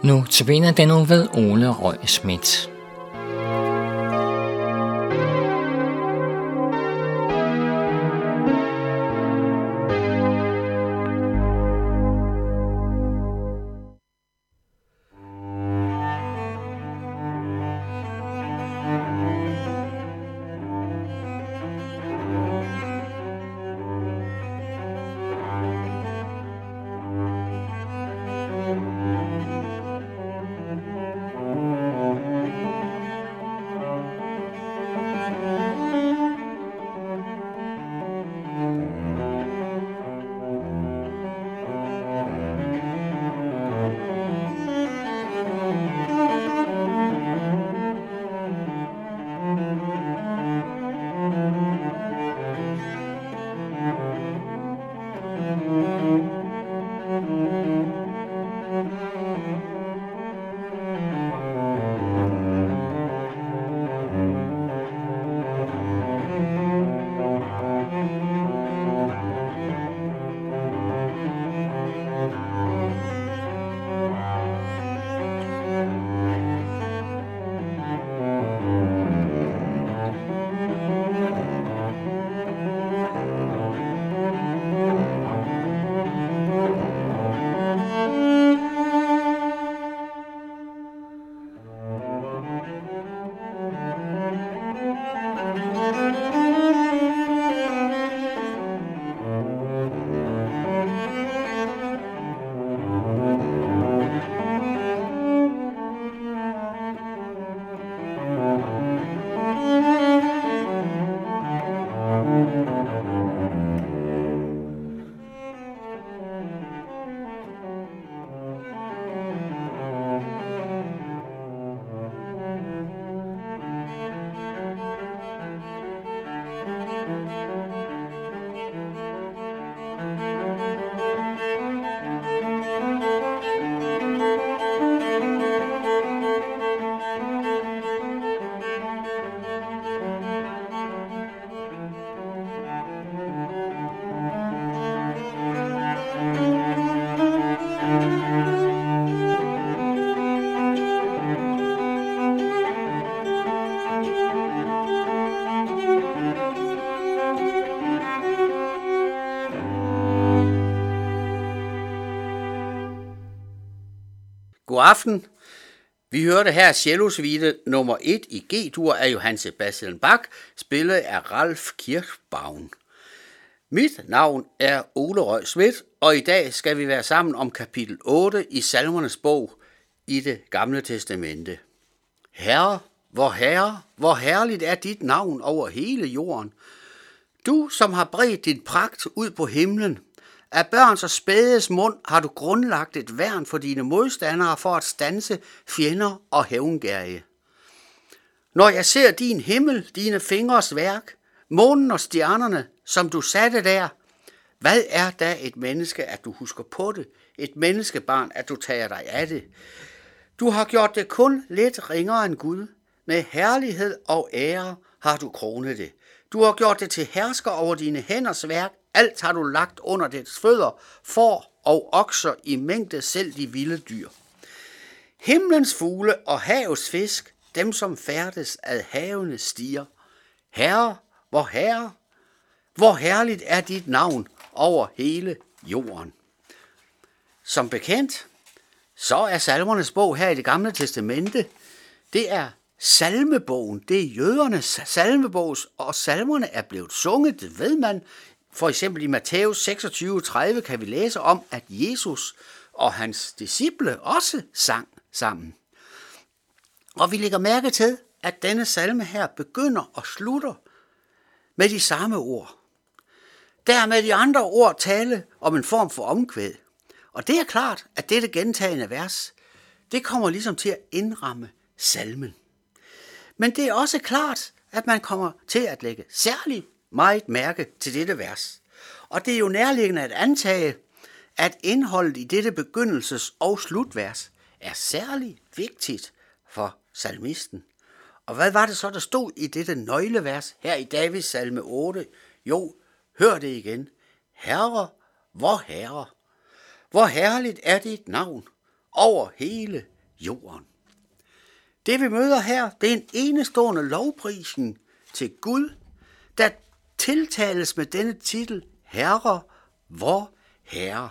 Nu tabiner den nu ved Ole Røg Schmidt. God aften. Vi hørte her cellosuite nummer 1 i G-dur af Johann Sebastian Bach, spillet af Ralf Kirchbaum. Mit navn er Ole Røg Schmidt, og i dag skal vi være sammen om kapitel 8 i Salmernes bog i Det Gamle Testamente. Herre, hvor herligt er dit navn over hele jorden. Du, som har bredt din pragt ud på himlen, af børns og spædes mund har du grundlagt et værn for dine modstandere for at standse fjender og hævngærige. Når jeg ser din himmel, dine fingres værk, månen og stjernerne, som du satte der, hvad er da et menneske, at du husker på det, et menneskebarn, at du tager dig af det? Du har gjort det kun lidt ringere end Gud. Med herlighed og ære har du kronet det. Du har gjort det til hersker over dine hænders værk. Alt har du lagt under dets fødder, får og okser i mængde, selv de vilde dyr. Himlens fugle og havets fisk, dem som færdes ad havene stiger. Herre, hvor herligt er dit navn over hele jorden. Som bekendt, så er Salmernes bog her i Det Gamle Testamente, det er salmebogen, det er jødernes salmebog, og salmerne er blevet sunget, det ved man. For eksempel i Matthæus 26:30 kan vi læse om, at Jesus og hans disciple også sang sammen. Og vi lægger mærke til, at denne salme her begynder og slutter med de samme ord. Der er med de andre ord tale om en form for omkvæd. Og det er klart, at dette gentagende vers, det kommer ligesom til at indramme salmen. Men det er også klart, at man kommer til at lægge særligt meget mærke til dette vers. Og det er jo nærliggende at antage, at indholdet i dette begyndelses- og slutvers er særlig vigtigt for salmisten. Og hvad var det så, der stod i dette nøglevers her i Davids salme 8? Jo, hør det igen. Herre, hvor herligt er dit navn over hele jorden. Det vi møder her, det er en enestående lovprisning til Gud, der tiltales med denne titel, Herre, vor Herre.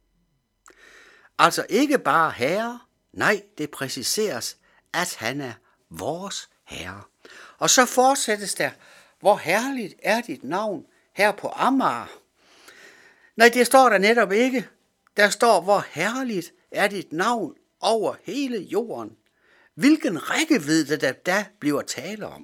Altså ikke bare Herre, nej, det præciseres, at han er vores Herre. Og så fortsættes der, hvor herligt er dit navn her på Amager. Nej, det står der netop ikke. Der står, hvor herligt er dit navn over hele jorden. Hvilken rækkevidde der da bliver tale om.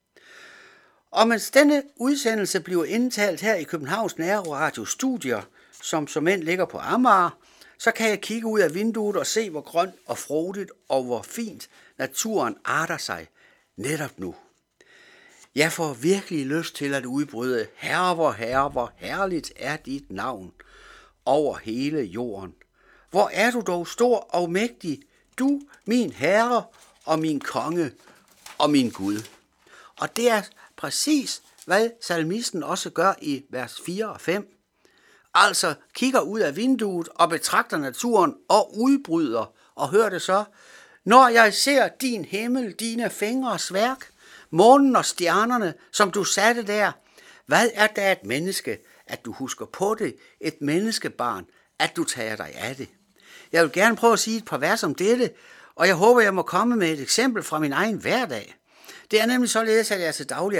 Og mens denne udsendelse bliver indtalt her i Københavns Nærradio Studier, som end ligger på Amager, så kan jeg kigge ud af vinduet og se, hvor grønt og frodigt og hvor fint naturen arter sig netop nu. Jeg får virkelig lyst til at udbryde, Herre, hvor herligt er dit navn over hele jorden. Hvor er du dog stor og mægtig, du, min Herre og min konge og min Gud. Og det er præcis, hvad salmisten også gør i vers 4 og 5. Altså kigger ud af vinduet og betragter naturen og udbryder, og hør det så. Når jeg ser din himmel, dine fingres værk, månen og stjernerne, som du satte der, hvad er da et menneske, at du husker på det, et menneskebarn, at du tager dig af det. Jeg vil gerne prøve at sige et par vers om dette, og jeg håber, jeg må komme med et eksempel fra min egen hverdag. Det er nemlig således, at jeg til daglig er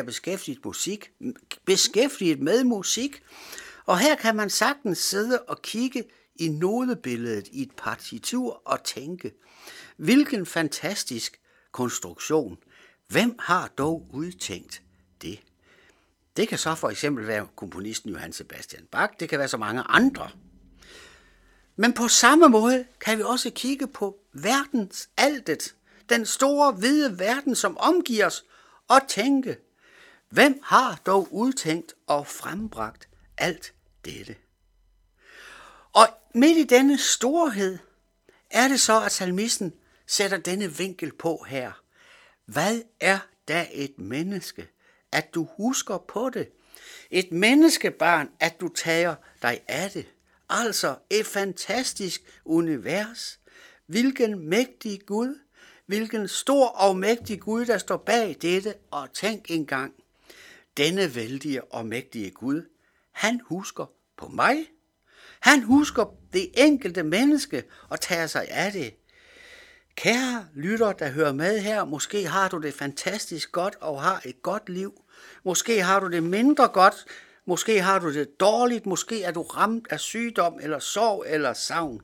beskæftiget med musik, og her kan man sagtens sidde og kigge i nodebilledet i et partitur og tænke, hvilken fantastisk konstruktion. Hvem har dog udtænkt det? Det kan så for eksempel være komponisten Johann Sebastian Bach, det kan være så mange andre. Men på samme måde kan vi også kigge på verdensaltet, den store hvide verden, som omgiver os, og tænke, hvem har dog udtænkt og frembragt alt dette? Og midt i denne storhed er det så, at salmisten sætter denne vinkel på her. Hvad er da et menneske, at du husker på det? Et menneskebarn, at du tager dig af det. Altså et fantastisk univers. Hvilken mægtig Gud, hvilken stor og mægtig Gud, der står bag dette. Og tænk engang, denne vældige og mægtige Gud, han husker på mig. Han husker det enkelte menneske og tager sig af det. Kære lytter, der hører med her, måske har du det fantastisk godt og har et godt liv. Måske har du det mindre godt, måske har du det dårligt, måske er du ramt af sygdom eller sorg eller savn.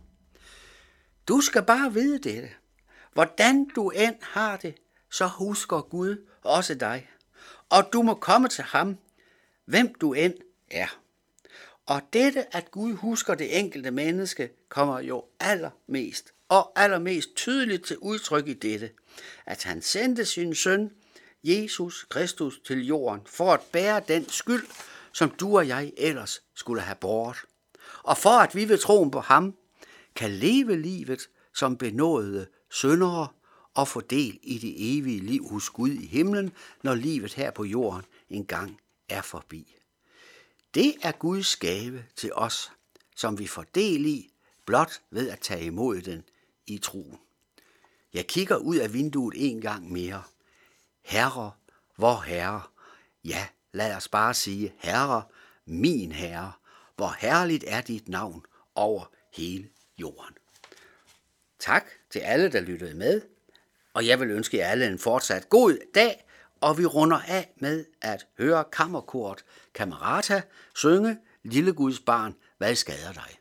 Du skal bare vide dette. Hvordan du end har det, så husker Gud også dig. Og du må komme til ham, hvem du end er. Og dette, at Gud husker det enkelte menneske, kommer jo allermest tydeligt til udtryk i dette, at han sendte sin søn, Jesus Kristus, til jorden for at bære den skyld, som du og jeg ellers skulle have båret. Og for at vi ved troen på ham kan leve livet som benådede syndere og få del i det evige liv hos Gud i himlen, når livet her på jorden engang er forbi. Det er Guds gave til os, som vi får del i, blot ved at tage imod den i troen. Jeg kigger ud af vinduet en gang mere. Herre, vor Herre. Ja, lad os bare sige, Herre, min Herre. Hvor herligt er dit navn over hele jorden. Tak til alle, der lyttede med. Og jeg vil ønske jer alle en fortsat god dag. Og vi runder af med at høre kammerkoret Camerata synge Lille Guds barn, hvad skader dig?